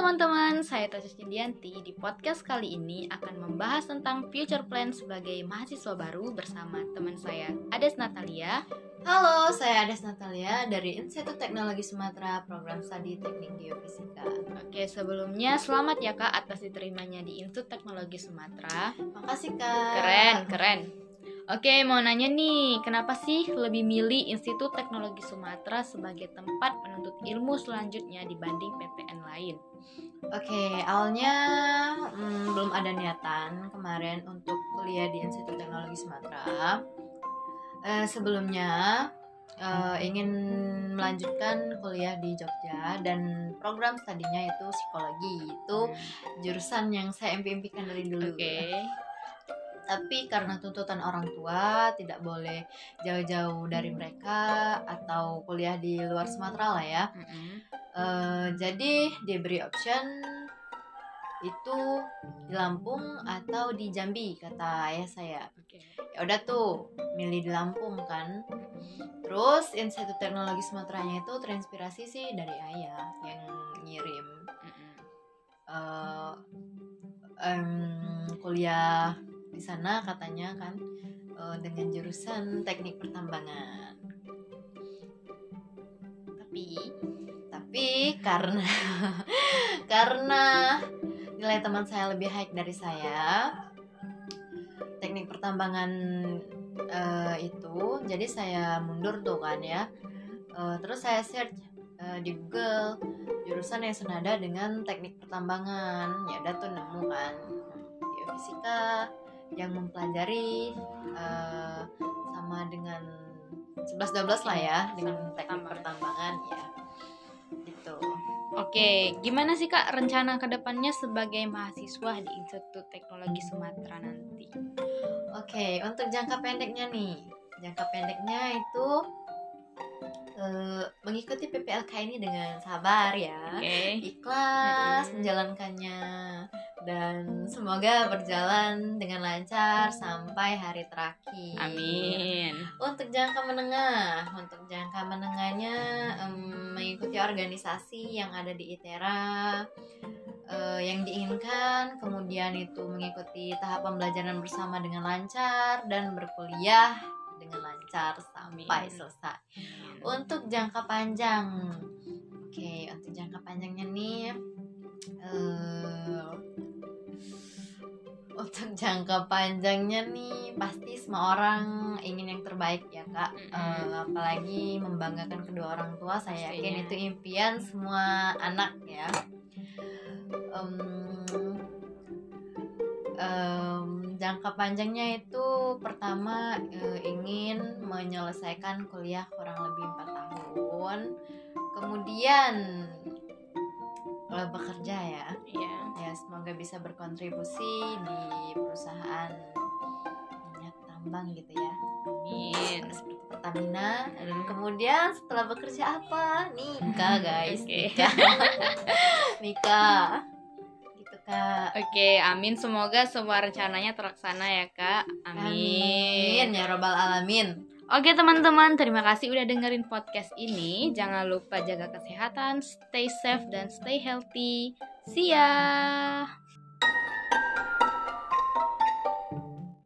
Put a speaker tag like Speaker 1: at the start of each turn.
Speaker 1: teman-teman, saya Tasya Cindianti. Di podcast kali ini akan membahas tentang future plan sebagai mahasiswa baru bersama teman saya, Ades Natalia.
Speaker 2: Halo, saya Ades Natalia dari Institut Teknologi Sumatera, program studi Teknik Geofisika.
Speaker 1: Oke, sebelumnya selamat ya Kak atas diterimanya di Institut Teknologi Sumatera.
Speaker 2: Makasih Kak.
Speaker 1: Keren. Oke, mau nanya nih, kenapa sih lebih milih Institut Teknologi Sumatera sebagai tempat menuntut ilmu selanjutnya dibanding PTN lain?
Speaker 2: Oke, awalnya belum ada niatan kemarin untuk kuliah di Institut Teknologi Sumatera. Sebelumnya ingin melanjutkan kuliah di Jogja dan program studinya itu psikologi. Itu jurusan yang saya impikan dari dulu.
Speaker 1: Oke.
Speaker 2: Tapi karena tuntutan orang tua tidak boleh jauh-jauh dari mereka atau kuliah di luar Sumatera lah ya. Jadi diberi option itu di Lampung atau di Jambi kata ayah saya. Ya udah tuh milih di Lampung kan. Terus Institut Teknologi Sumateranya itu terinspirasi sih dari ayah yang ngirim kuliah di sana katanya kan dengan jurusan teknik pertambangan. Tapi karena nilai teman saya lebih high dari saya, teknik pertambangan itu, jadi saya mundur tuh kan ya. Terus saya search di Google jurusan yang senada dengan teknik pertambangan. Ya udah tuh nemu kan geofisika yang mempelajari sama dengan 11-12 lah ya dengan teknik pertambangan ya gitu.
Speaker 1: Oke, gimana sih Kak rencana kedepannya sebagai mahasiswa di Institut Teknologi Sumatera nanti?
Speaker 2: Oke, untuk jangka pendeknya nih, itu mengikuti PPLK ini dengan sabar ya, ikhlas menjalankannya, dan semoga berjalan dengan lancar sampai hari terakhir.
Speaker 1: Amin.
Speaker 2: Untuk jangka menengahnya mengikuti organisasi yang ada di ITERA yang diinginkan, kemudian itu mengikuti tahap pembelajaran bersama dengan lancar dan berkuliah dengan lancar sampai selesai. Untuk jangka panjangnya nih, pasti semua orang ingin yang terbaik ya Kak. Apalagi membanggakan kedua orang tua, saya yakin itu impian semua anak ya. Jangka panjangnya itu pertama ingin menyelesaikan kuliah kurang lebih 4 tahun, kemudian bekerja ya, semoga bisa berkontribusi di perusahaan minyak tambang gitu ya, seperti Pertamina. Dan kemudian setelah bekerja apa? Nikah guys. Nikah gitu Kak.
Speaker 1: Oke, amin. Semoga semua rencananya terlaksana ya Kak. Amin
Speaker 2: ya robbal alamin.
Speaker 1: Oke teman-teman, terima kasih udah dengerin podcast ini. Jangan lupa jaga kesehatan, stay safe dan stay healthy. See ya.